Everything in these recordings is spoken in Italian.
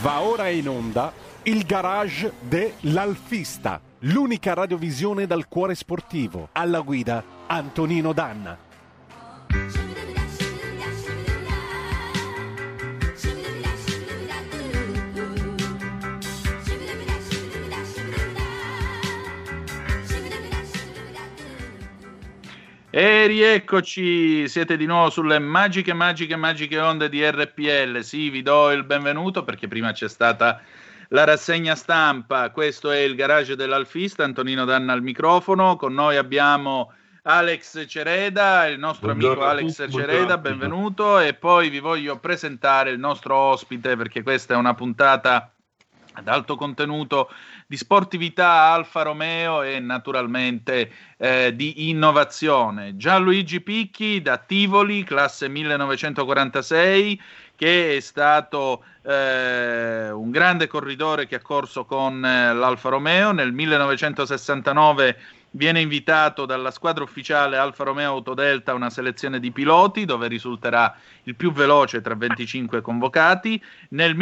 Va ora in onda il garage dell'Alfista, l'unica radiovisione dal cuore sportivo. Alla guida Antonino Danna. E rieccoci, siete di nuovo sulle magiche onde di RPL. Sì, vi do il benvenuto perché prima c'è stata la rassegna stampa. Questo è il garage dell'Alfista, Antonino Danna al microfono. Con noi abbiamo Alex Cereda, il nostro amico Alex Cereda, benvenuto. E poi vi voglio presentare il nostro ospite perché questa è una puntata ad alto contenuto di sportività, Alfa Romeo e naturalmente di innovazione. Gianluigi Picchi da Tivoli, classe 1946, che è stato un grande corridore che ha corso con l'Alfa Romeo. Nel 1969 viene invitato dalla squadra ufficiale Alfa Romeo Autodelta a una selezione di piloti dove risulterà il più veloce tra 25 convocati. Nel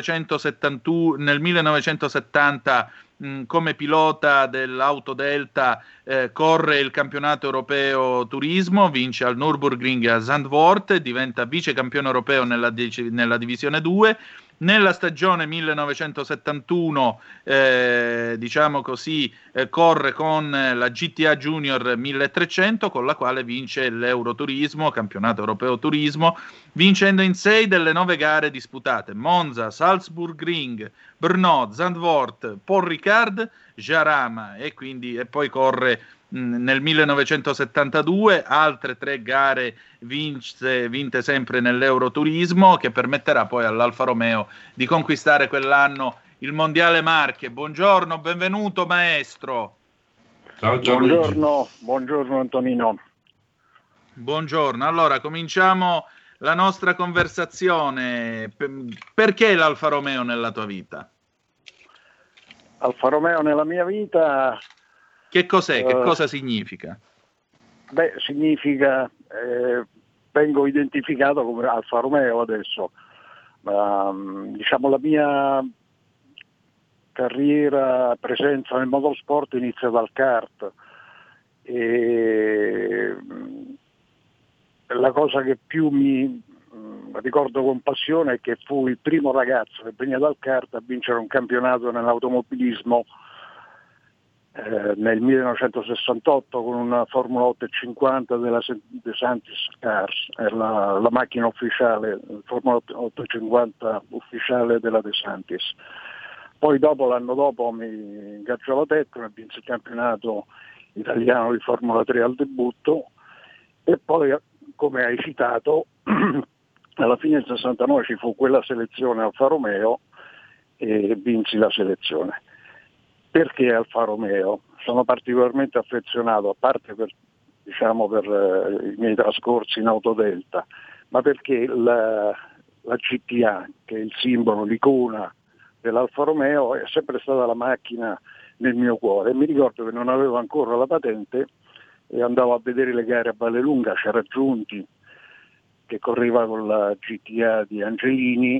1970 come pilota dell'Autodelta corre il campionato europeo turismo, vince al Nürburgring a Zandvoort, diventa vice campione europeo nella divisione 2. Nella stagione 1971 diciamo così corre con la GTA Junior 1300 con la quale vince l'Euroturismo, campionato europeo turismo, vincendo in 6 delle 9 gare disputate: Monza, Salzburgring, Brno, Zandvoort, Paul Ricard, Jarama, e poi corre nel 1972 altre 3 gare vinte sempre nell'Euroturismo, che permetterà poi all'Alfa Romeo di conquistare quell'anno il Mondiale Marche. Buongiorno, benvenuto maestro. Ciao buongiorno Antonino. Buongiorno, allora cominciamo la nostra conversazione. Perché l'Alfa Romeo nella tua vita? Alfa Romeo nella mia vita... Che cos'è? Che cosa significa? Significa vengo identificato come Alfa Romeo adesso. Diciamo la mia carriera, presenza nel motorsport inizia dal kart. E la cosa che più mi ricordo con passione è che fui il primo ragazzo che veniva dal kart a vincere un campionato nell'automobilismo nel 1968 con una Formula 850 della De Santis Cars, la macchina ufficiale, Formula 850 ufficiale della De Santis. Poi l'anno dopo mi ingaggiò alla Tecno e vinse il campionato italiano di Formula 3 al debutto, e poi, come hai citato, alla fine del 69 ci fu quella selezione Alfa Romeo e vinsi la selezione. Perché Alfa Romeo? Sono particolarmente affezionato, a parte per i miei trascorsi in Autodelta, ma perché la GTA, che è il simbolo, l'icona dell'Alfa Romeo, è sempre stata la macchina nel mio cuore. E mi ricordo che non avevo ancora la patente e andavo a vedere le gare a Vallelunga, c'era Giunti che correva con la GTA di Angelini,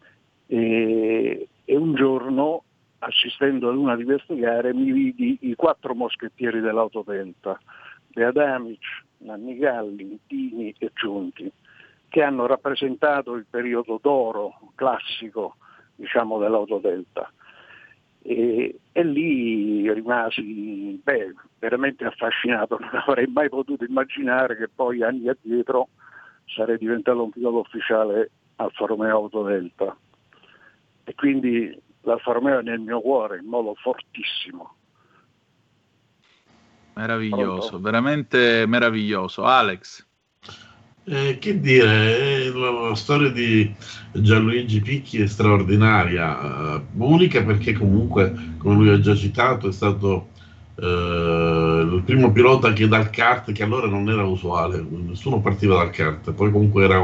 e un giorno, assistendo ad una di queste gare, mi vidi i 4 moschettieri dell'Autodelta, De Adamic, Nanni Galli, Dini e Giunti, che hanno rappresentato il periodo d'oro classico, dell'Autodelta. E lì rimasi veramente affascinato. Non avrei mai potuto immaginare che poi anni addietro sarei diventato un pilota ufficiale Alfa Romeo Autodelta. E quindi l'Alfa Romeo è nel mio cuore in modo fortissimo. Meraviglioso, Pronto? Veramente meraviglioso. Alex? Che dire, la storia di Gianluigi Picchi è straordinaria, unica perché comunque, come lui ha già citato, è stato il primo pilota che dal kart, che allora non era usuale, nessuno partiva dal kart, poi comunque era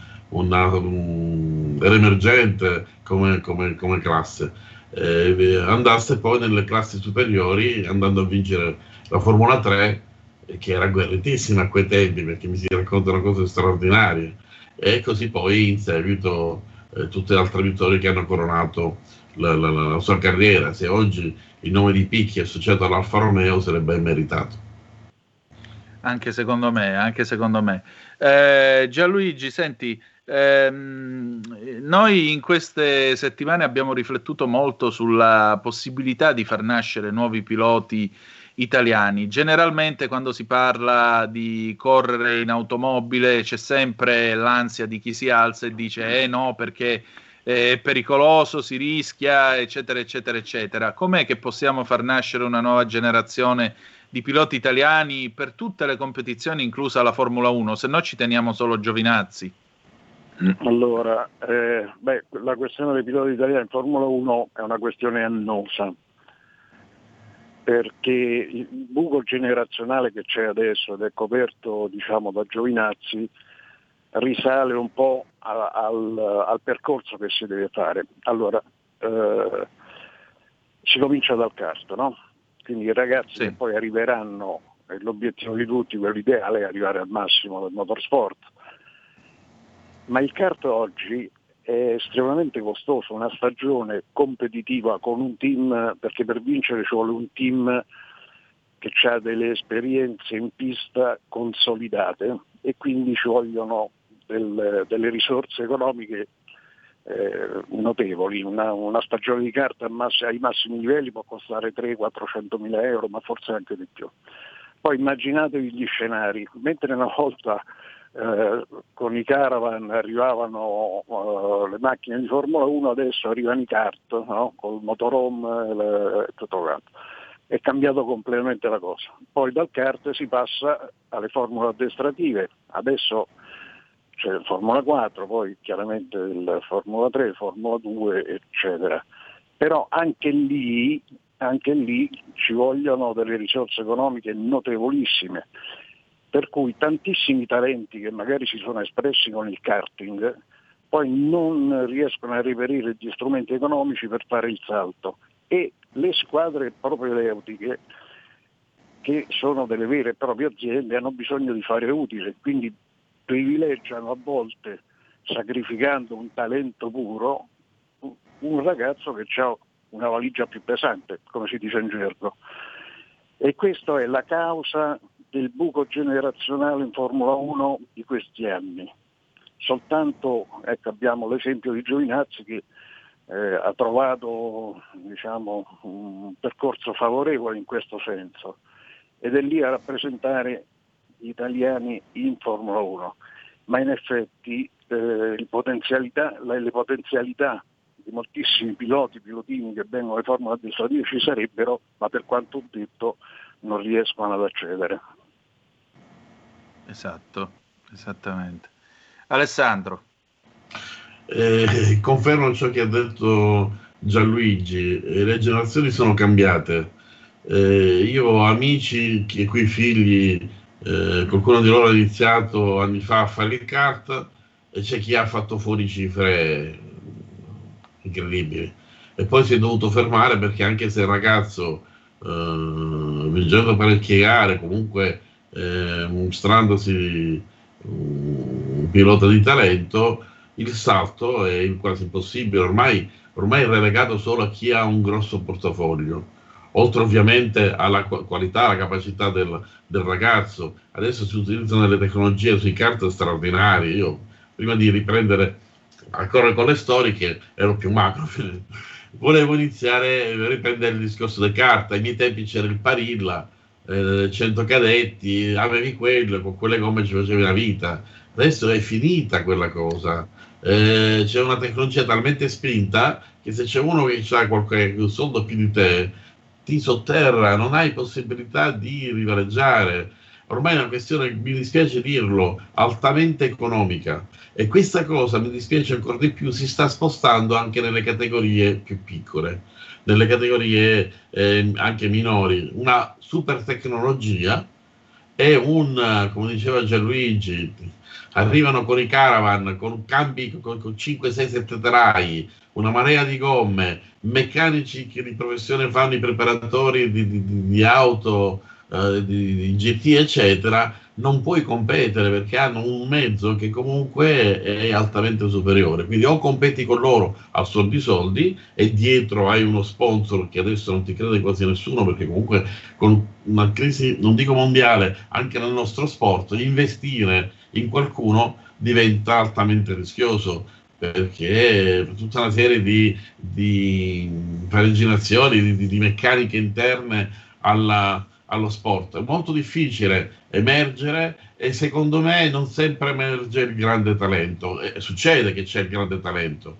era emergente come classe, andasse poi nelle classi superiori andando a vincere la Formula 3, che era agguerritissima a quei tempi perché mi si raccontano cose straordinarie, e così poi in seguito tutte le altre vittorie che hanno coronato la sua carriera. Se oggi il nome di Picchi è associato all'Alfa Romeo sarebbe ben meritato. Anche secondo me. Gianluigi, senti, noi in queste settimane abbiamo riflettuto molto sulla possibilità di far nascere nuovi piloti italiani. Generalmente quando si parla di correre in automobile c'è sempre l'ansia di chi si alza e dice no, perché è pericoloso, si rischia, eccetera, eccetera, eccetera. Com'è che possiamo far nascere una nuova generazione di piloti italiani per tutte le competizioni, inclusa la Formula 1, se no ci teniamo solo Giovinazzi? Allora, la questione dei piloti italiani in Formula 1 è una questione annosa, perché il buco generazionale che c'è adesso ed è coperto, diciamo, da Giovinazzi, risale un po' al percorso che si deve fare. Allora, si comincia dal kart, no? Quindi i ragazzi che poi arriveranno, l'obiettivo di tutti, quello ideale, è arrivare al massimo del motorsport. Ma il kart oggi è estremamente costoso, una stagione competitiva con un team, perché per vincere ci vuole un team che ha delle esperienze in pista consolidate e quindi ci vogliono delle risorse economiche notevoli. Una stagione di kart ai massimi livelli può costare 300-400 mila euro, ma forse anche di più. Poi immaginatevi gli scenari, mentre una volta con i caravan arrivavano le macchine di Formula 1, adesso arrivano i kart, no? Col motorhome e tutto quanto. È cambiato completamente la cosa. Poi dal kart si passa alle formule addestrative, adesso c'è Formula 4, poi chiaramente il Formula 3, Formula 2, eccetera. Però anche lì ci vogliono delle risorse economiche notevolissime, per cui tantissimi talenti che magari si sono espressi con il karting poi non riescono a reperire gli strumenti economici per fare il salto, e le squadre propedeutiche, che sono delle vere e proprie aziende, hanno bisogno di fare utile, quindi privilegiano a volte, sacrificando un talento puro, un ragazzo che ha una valigia più pesante, come si dice in gergo. E questa è la causa del buco generazionale in Formula 1 di questi anni. Soltanto abbiamo l'esempio di Giovinazzi che ha trovato, diciamo, un percorso favorevole in questo senso ed è lì a rappresentare gli italiani in Formula 1, ma in effetti le potenzialità di moltissimi pilotini che vengono alle formule addestrative ci sarebbero, ma per quanto ho detto non riescono ad accedere. Esatto, esattamente. Alessandro. Confermo ciò che ha detto Gianluigi, le generazioni sono cambiate. Io ho amici i cui figli, qualcuno di loro ha iniziato anni fa a fare il kart e c'è chi ha fatto fuori cifre incredibili e poi si è dovuto fermare, perché anche se il ragazzo vincendo parecchie gare, comunque mostrandosi un pilota di talento, il salto è quasi impossibile, ormai è relegato solo a chi ha un grosso portafoglio, oltre ovviamente alla qualità, alla capacità del ragazzo. Adesso si utilizzano delle tecnologie sui kart straordinarie. Io prima di riprendere a correre con le storiche ero più macro, volevo iniziare a riprendere il discorso del kart. Ai miei tempi c'era il Parilla, 100 cadetti, avevi quello, con quelle gomme ci facevi la vita. Adesso è finita quella cosa, c'è una tecnologia talmente spinta che se c'è uno che ha qualche soldo più di te ti sotterra, non hai possibilità di rivaleggiare. Ormai è una questione, mi dispiace dirlo, altamente economica, e questa cosa, mi dispiace ancora di più, si sta spostando anche nelle categorie più piccole, nelle categorie anche minori. Una super tecnologia e come diceva Gianluigi, arrivano con i caravan, con cambi con 5, 6, 7 telai, una marea di gomme, meccanici che di professione fanno i preparatori di auto di GT eccetera, non puoi competere perché hanno un mezzo che comunque è altamente superiore, quindi o competi con loro a soldi e dietro hai uno sponsor che adesso non ti crede quasi nessuno, perché comunque con una crisi, non dico mondiale, anche nel nostro sport, investire in qualcuno diventa altamente rischioso, perché tutta una serie di fariginazioni, di meccaniche interne allo sport. È molto difficile emergere e secondo me non sempre emerge il grande talento. Succede che c'è il grande talento.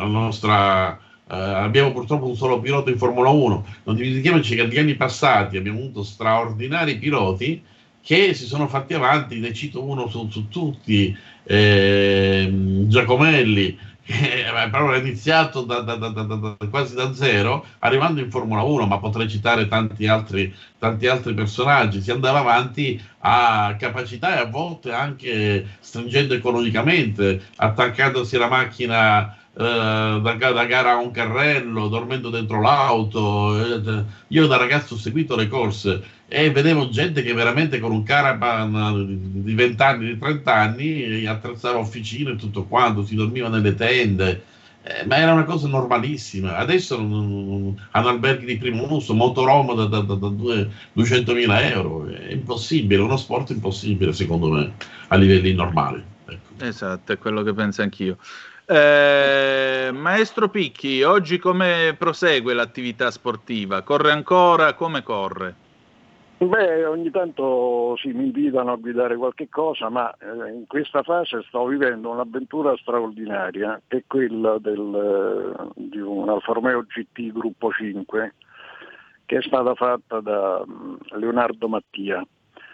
Abbiamo purtroppo un solo pilota in Formula 1. Non dimentichiamoci che negli anni passati abbiamo avuto straordinari piloti che si sono fatti avanti, ne cito uno su tutti, Giacomelli, che proprio ha iniziato quasi da zero, arrivando in Formula 1, ma potrei citare tanti altri personaggi. Si andava avanti a capacità e a volte anche stringendo economicamente, attaccandosi la macchina da gara a un carrello, dormendo dentro l'auto. Io da ragazzo ho seguito le corse e vedevo gente che veramente con un caravan di 20 anni, di 30 anni, attrezzava officine e tutto quanto, si dormiva nelle tende, ma era una cosa normalissima. Adesso hanno alberghi di primo uso, motorhome da 200.000 euro, è impossibile, è uno sport impossibile secondo me, a livelli normali. Ecco. Esatto, è quello che penso anch'io. Maestro Picchi, oggi come prosegue l'attività sportiva? Corre ancora? Come corre? Beh, ogni tanto mi invitano a guidare qualche cosa, ma in questa fase sto vivendo un'avventura straordinaria, che è quella di un Alfa Romeo GT Gruppo 5, che è stata fatta da Leonardo Mattia.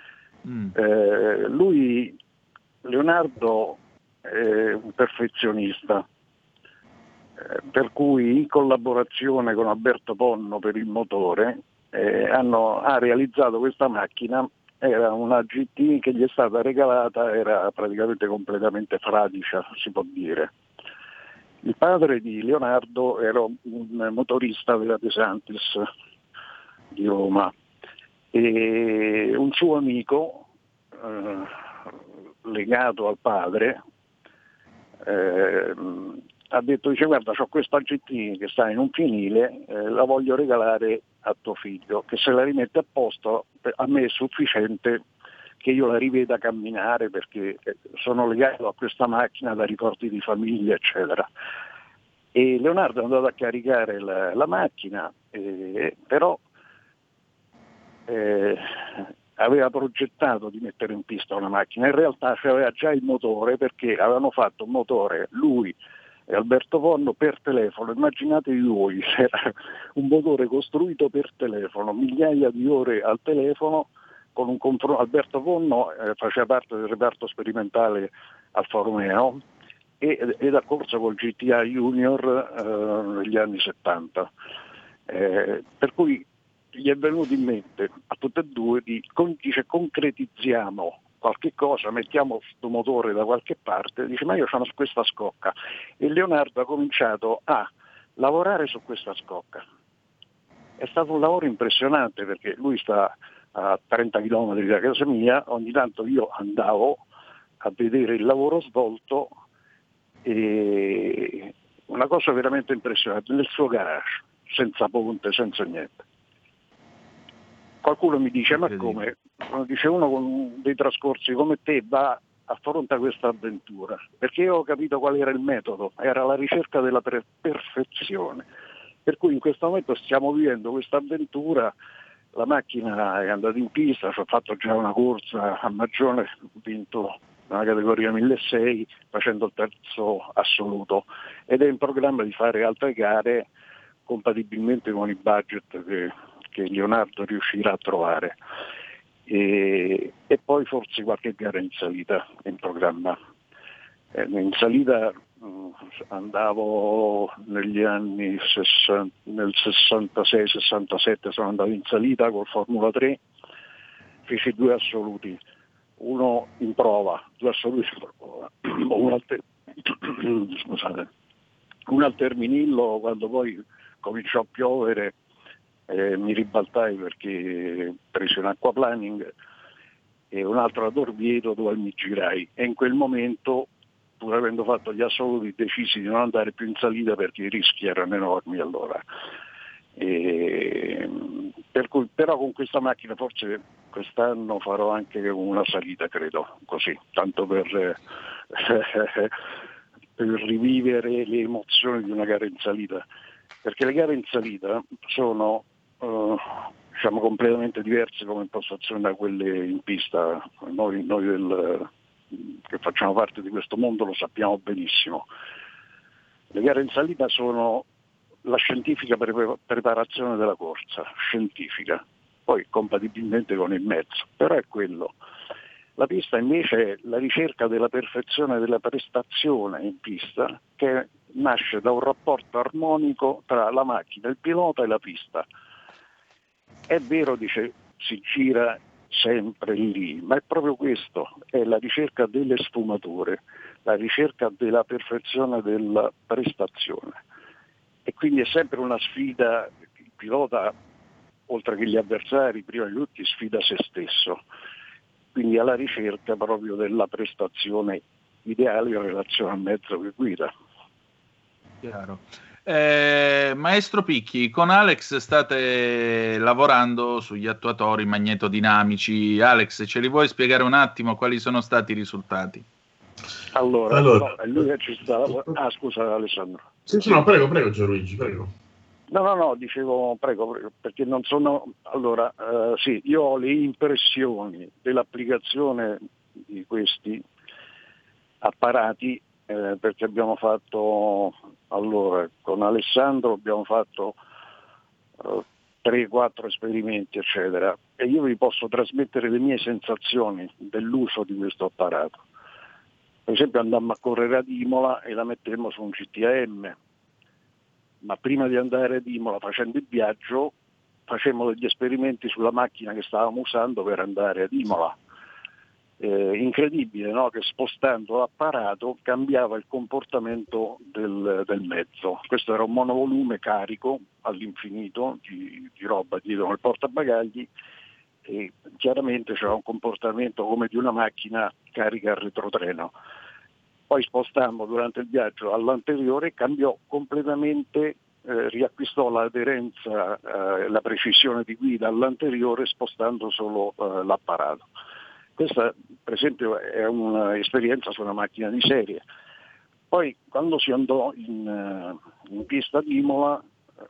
Leonardo è un perfezionista, per cui in collaborazione con Alberto Ponno per il motore ha realizzato questa macchina. Era una GT che gli è stata regalata, era praticamente completamente fradicia, si può dire. Il padre di Leonardo era un motorista della De Santis di Roma e un suo amico legato al padre ha detto, guarda, c'ho questa GT che sta in un fienile, la voglio regalare a tuo figlio, che se la rimette a posto a me è sufficiente che io la riveda camminare, perché sono legato a questa macchina da ricordi di famiglia eccetera. E Leonardo è andato a caricare la macchina, però aveva progettato di mettere in pista una macchina, in realtà c'aveva già il motore, perché avevano fatto un motore lui e Alberto Ponno per telefono. Immaginatevi voi, c'era un motore costruito per telefono, migliaia di ore al telefono, con un confronto. Alberto Ponno faceva parte del reparto sperimentale Alfa Romeo ed ha corso col GTA Junior negli anni 70, per cui gli è venuto in mente a tutte e due dice concretizziamo qualche cosa, mettiamo questo motore da qualche parte. Dice, ma io ho questa scocca, e Leonardo ha cominciato a lavorare su questa scocca. È stato un lavoro impressionante, perché lui sta a 30 km da casa mia, ogni tanto io andavo a vedere il lavoro svolto, e una cosa veramente impressionante, nel suo garage, senza ponte, senza niente. Qualcuno mi dice, ma come? Dice, uno con dei trascorsi come te affronta questa avventura, perché io ho capito qual era il metodo, era la ricerca della perfezione, per cui in questo momento stiamo vivendo questa avventura. La macchina è andata in pista, ci ho fatto già una corsa a Magione, ho vinto nella categoria 1600 facendo il terzo assoluto, ed è in programma di fare altre gare compatibilmente con i budget che Leonardo riuscirà a trovare, e poi forse qualche gara in salita in programma. In salita andavo negli anni nel 66-67, sono andato in salita col Formula 3, feci 2 assoluti, uno in prova, 2 assoluti in prova, uno al Terminillo, quando poi cominciò a piovere mi ribaltai perché presi un acquaplaning e un altro ad Orvieto dove mi girai, e in quel momento, pur avendo fatto gli assoluti, decisi di non andare più in salita perché i rischi erano enormi allora. Per cui, però con questa macchina forse quest'anno farò anche una salita, credo, così, tanto per rivivere le emozioni di una gara in salita, perché le gare in salita sono diciamo completamente diverse come impostazione da quelle in pista. Noi che facciamo parte di questo mondo lo sappiamo benissimo. Le gare in salita sono la scientifica preparazione della corsa, scientifica, poi compatibilmente con il mezzo, però è quello. La pista invece è la ricerca della perfezione della prestazione in pista, che nasce da un rapporto armonico tra la macchina, il pilota e la pista. È vero, dice, si gira sempre lì, ma è proprio questo, è la ricerca delle sfumature, la ricerca della perfezione della prestazione. E quindi è sempre una sfida, il pilota, oltre che gli avversari, prima di tutti sfida se stesso, quindi alla ricerca proprio della prestazione ideale in relazione al mezzo che guida. Chiaro. Maestro Picchi, con Alex state lavorando sugli attuatori magnetodinamici. Alex, ce li vuoi spiegare un attimo quali sono stati i risultati? Allora. No, lui ci sta. Scusa Alessandro. Sì, no, prego Gianluigi, prego. No, dicevo prego, perché non sono... Allora, sì, io ho le impressioni dell'applicazione di questi apparati, perché abbiamo fatto, allora, con Alessandro abbiamo fatto 3-4 esperimenti, eccetera, e io vi posso trasmettere le mie sensazioni dell'uso di questo apparato. Per esempio andammo a correre ad Imola e la mettemmo su un CTM, ma prima di andare ad Imola, facendo il viaggio, facemmo degli esperimenti sulla macchina che stavamo usando per andare ad Imola. Incredibile, no? Che spostando l'apparato cambiava il comportamento del mezzo. Questo era un monovolume carico all'infinito di roba dietro nel portabagagli, e chiaramente c'era un comportamento come di una macchina carica al retrotreno. Poi spostammo durante il viaggio all'anteriore, cambiò completamente, riacquistò l'aderenza, la precisione di guida all'anteriore spostando solo l'apparato. Questa per esempio è un'esperienza su una macchina di serie. Poi quando si andò in pista di Imola,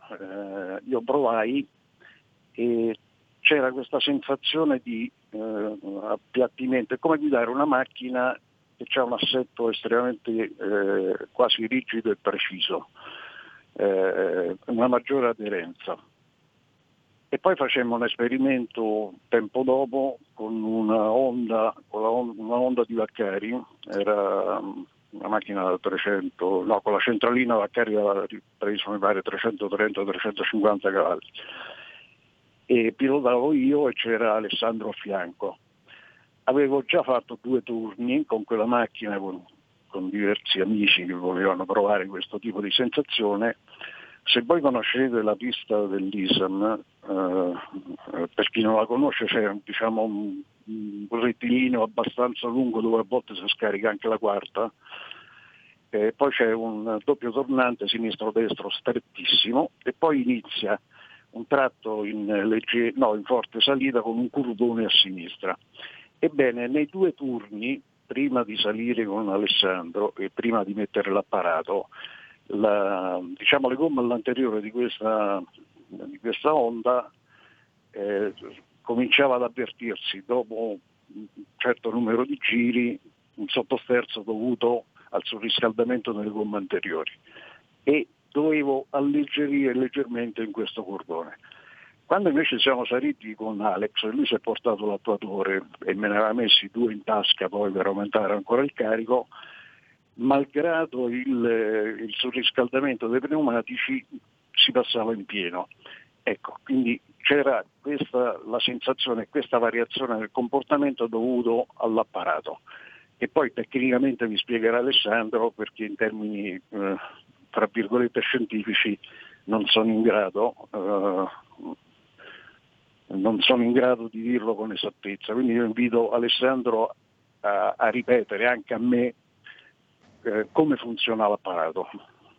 io provai e c'era questa sensazione di appiattimento, è come guidare una macchina che ha un assetto estremamente quasi rigido e preciso, una maggiore aderenza. E poi facemmo un esperimento tempo dopo con una Honda di Vaccari, era una macchina da 300, no, con la centralina Vaccari aveva preso mi pare 330-350 cavalli. E pilotavo io e c'era Alessandro a fianco. Avevo già fatto 2 turni con quella macchina con diversi amici che volevano provare questo tipo di sensazione. Se voi conoscete la pista dell'ISAM, per chi non la conosce c'è diciamo un rettilineo abbastanza lungo dove a volte si scarica anche la quarta, poi c'è un doppio tornante sinistro-destro strettissimo e poi inizia un tratto in forte salita con un curvone a sinistra. Ebbene, nei 2 turni, prima di salire con Alessandro e prima di mettere l'apparato, le gomme all'anteriore di questa Honda cominciava ad avvertirsi dopo un certo numero di giri un sottosterzo dovuto al surriscaldamento delle gomme anteriori e dovevo alleggerire leggermente in questo cordone. Quando invece siamo saliti con Alex, lui si è portato l'attuatore e me ne aveva messi 2 in tasca poi per aumentare ancora il carico, malgrado il surriscaldamento dei pneumatici si passava in pieno. Ecco, quindi c'era la sensazione, questa variazione del comportamento dovuto all'apparato. E poi tecnicamente vi spiegherà Alessandro, perché in termini tra virgolette scientifici non sono in grado, non sono in grado di dirlo con esattezza, quindi io invito Alessandro a ripetere anche a me come funziona l'apparato.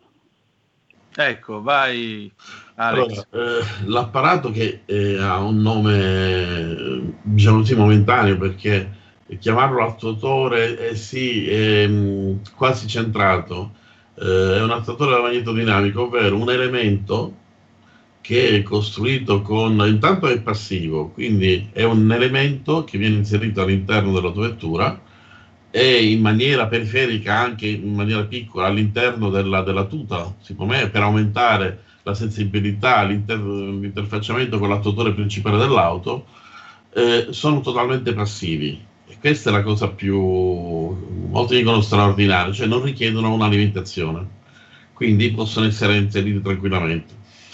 Ecco, vai Alex. Allora, l'apparato che ha un nome, diciamo così, momentaneo, perché chiamarlo attuatore è quasi centrato, è un attuatore magnetodinamico, ovvero un elemento che è costruito intanto è passivo, quindi è un elemento che viene inserito all'interno dell'autovettura e in maniera periferica, anche in maniera piccola, all'interno della tuta, per aumentare la sensibilità, l'interfacciamento con l'attuatore principale dell'auto, sono totalmente passivi. E questa è la cosa molti dicono straordinaria, cioè non richiedono un'alimentazione, quindi possono essere inseriti tranquillamente.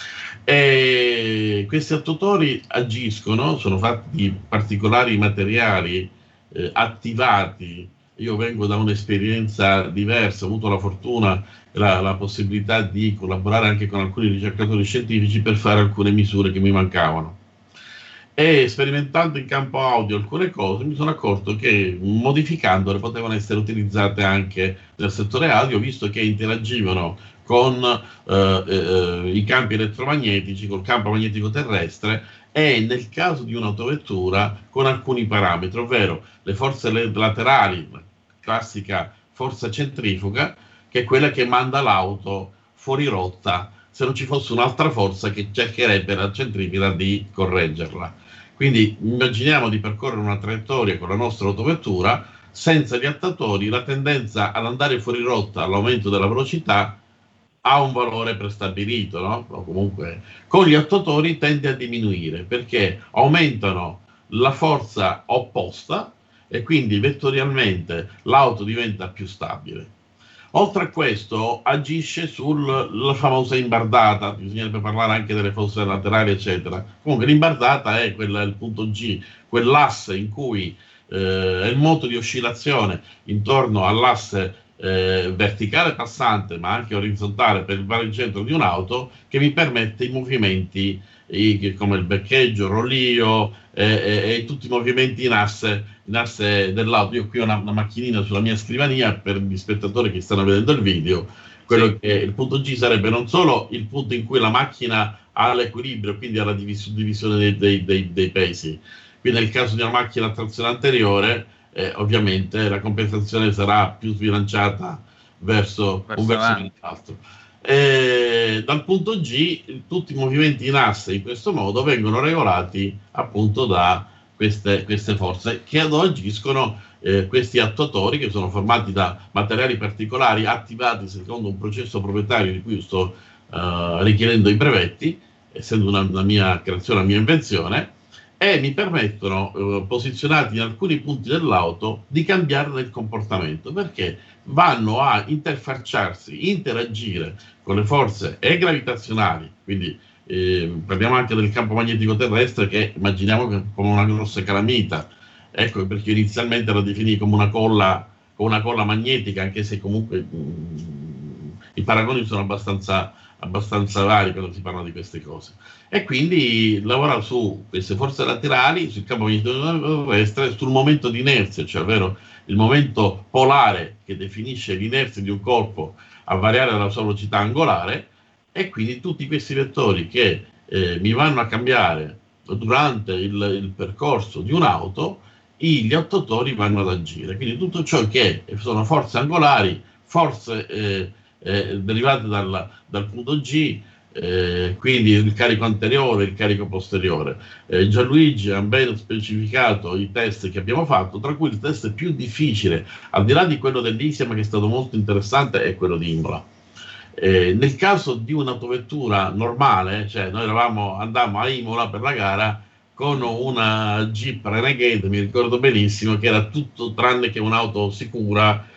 E questi attuatori sono fatti di particolari materiali attivati. Io vengo da un'esperienza diversa, ho avuto la fortuna e la possibilità di collaborare anche con alcuni ricercatori scientifici per fare alcune misure che mi mancavano. E sperimentando in campo audio alcune cose mi sono accorto che modificandole potevano essere utilizzate anche nel settore audio, visto che interagivano con i campi elettromagnetici, col campo magnetico terrestre e nel caso di un'autovettura con alcuni parametri, ovvero le forze laterali, la classica forza centrifuga, che è quella che manda l'auto fuori rotta se non ci fosse un'altra forza che cercherebbe la centripeta di correggerla. Quindi immaginiamo di percorrere una traiettoria con la nostra autovettura, senza gli attatori la tendenza ad andare fuori rotta all'aumento della velocità ha un valore prestabilito, no? O comunque con gli attuatori tende a diminuire perché aumentano la forza opposta e quindi vettorialmente l'auto diventa più stabile. Oltre a questo agisce sulla famosa imbardata, bisognerebbe parlare anche delle forze laterali eccetera. Comunque l'imbardata è il punto G, quell'asse in cui è il moto di oscillazione intorno all'asse verticale passante ma anche orizzontale per il baricentro di un'auto, che mi permette i movimenti come il beccheggio, il rollio e tutti i movimenti in asse dell'auto. Io qui ho una macchinina sulla mia scrivania per gli spettatori che stanno vedendo il video. Quello che il punto G sarebbe non solo il punto in cui la macchina ha l'equilibrio, quindi ha la suddivisione dei pesi. Quindi nel caso di una macchina a trazione anteriore ovviamente la compensazione sarà più sbilanciata verso un verso l'altro. Dal punto G tutti i movimenti in asse in questo modo vengono regolati appunto da queste forze che ad oggi agiscono questi attuatori, che sono formati da materiali particolari attivati secondo un processo proprietario di cui sto richiedendo i brevetti, essendo una mia creazione, una mia invenzione, e mi permettono, posizionati in alcuni punti dell'auto, di cambiare il comportamento, perché vanno a interagire con le forze gravitazionali, quindi parliamo anche del campo magnetico terrestre, che immaginiamo come una grossa calamita. Ecco perché inizialmente la definì come una colla magnetica, anche se comunque i paragoni sono abbastanza vari quando si parla di queste cose. E quindi lavora su queste forze laterali, sul campo magnetico terrestre, sul momento di inerzia, cioè ovvero il momento polare che definisce l'inerzia di un corpo a variare la sua velocità angolare, e quindi tutti questi vettori che mi vanno a cambiare durante il percorso di un'auto, gli attuatori vanno ad agire. Quindi tutto ciò che sono forze angolari, forze derivate dal punto G, quindi il carico anteriore, il carico posteriore. Gianluigi ha ben specificato i test che abbiamo fatto, tra cui il test più difficile, al di là di quello dell'ISIAM, che è stato molto interessante, è quello di Imola. Nel caso di un'autovettura normale, cioè noi andammo a Imola per la gara con una Jeep Renegade, mi ricordo benissimo, che era tutto tranne che un'auto sicura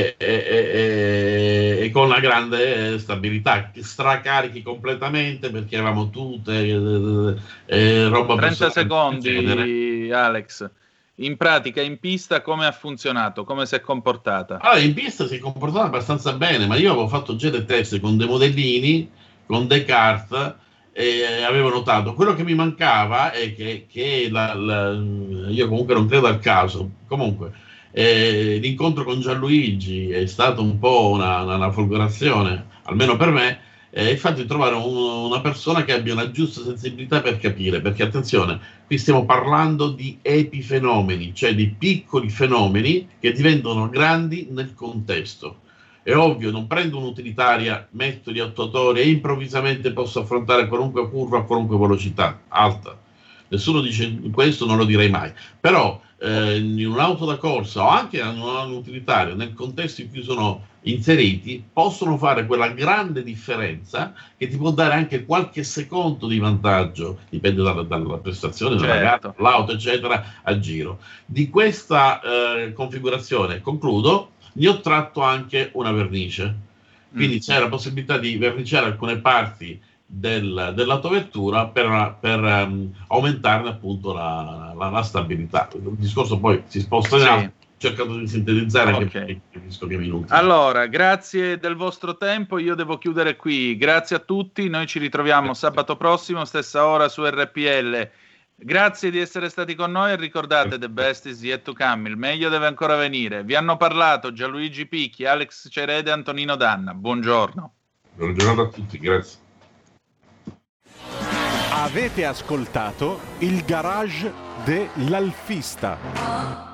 e con una grande stabilità, stracarichi completamente perché avevamo tutte roba 30 secondi, Alex. In pratica, in pista, come ha funzionato? Come si è comportata? Allora, in pista si è comportata abbastanza bene, ma io avevo fatto già dei test con dei modellini, con dei kart, avevo notato. Quello che mi mancava è che io comunque non credo al caso, comunque l'incontro con Gianluigi è stato un po' una folgorazione, almeno per me, il fatto di trovare una persona che abbia una giusta sensibilità per capire, perché attenzione, qui stiamo parlando di epifenomeni, cioè di piccoli fenomeni che diventano grandi nel contesto. È ovvio, non prendo un'utilitaria, metto gli attuatori e improvvisamente posso affrontare qualunque curva a qualunque velocità alta. Nessuno dice questo, non lo direi mai. Però in un'auto da corsa o anche in un utilitario, nel contesto in cui sono inseriti, possono fare quella grande differenza che ti può dare anche qualche secondo di vantaggio, dipende dalla prestazione della gara, l'auto, eccetera, a giro. Di questa configurazione, concludo, ne ho tratto anche una vernice, quindi c'è la possibilità di verniciare alcune parti dell'autovettura per aumentarne appunto la stabilità. Il discorso poi si sposta in alto, ho cercato di sintetizzare anche capisco che minuti. Allora, grazie del vostro tempo, io devo chiudere qui, grazie a tutti, noi ci ritroviamo sabato prossimo, stessa ora su RPL. Grazie di essere stati con noi e ricordate, the best is yet to come, il meglio deve ancora venire. Vi hanno parlato Gianluigi Picchi, Alex Cerede e Antonino Danna. Buongiorno. Buona giornata a tutti, grazie. Avete ascoltato il garage dell'Alfista.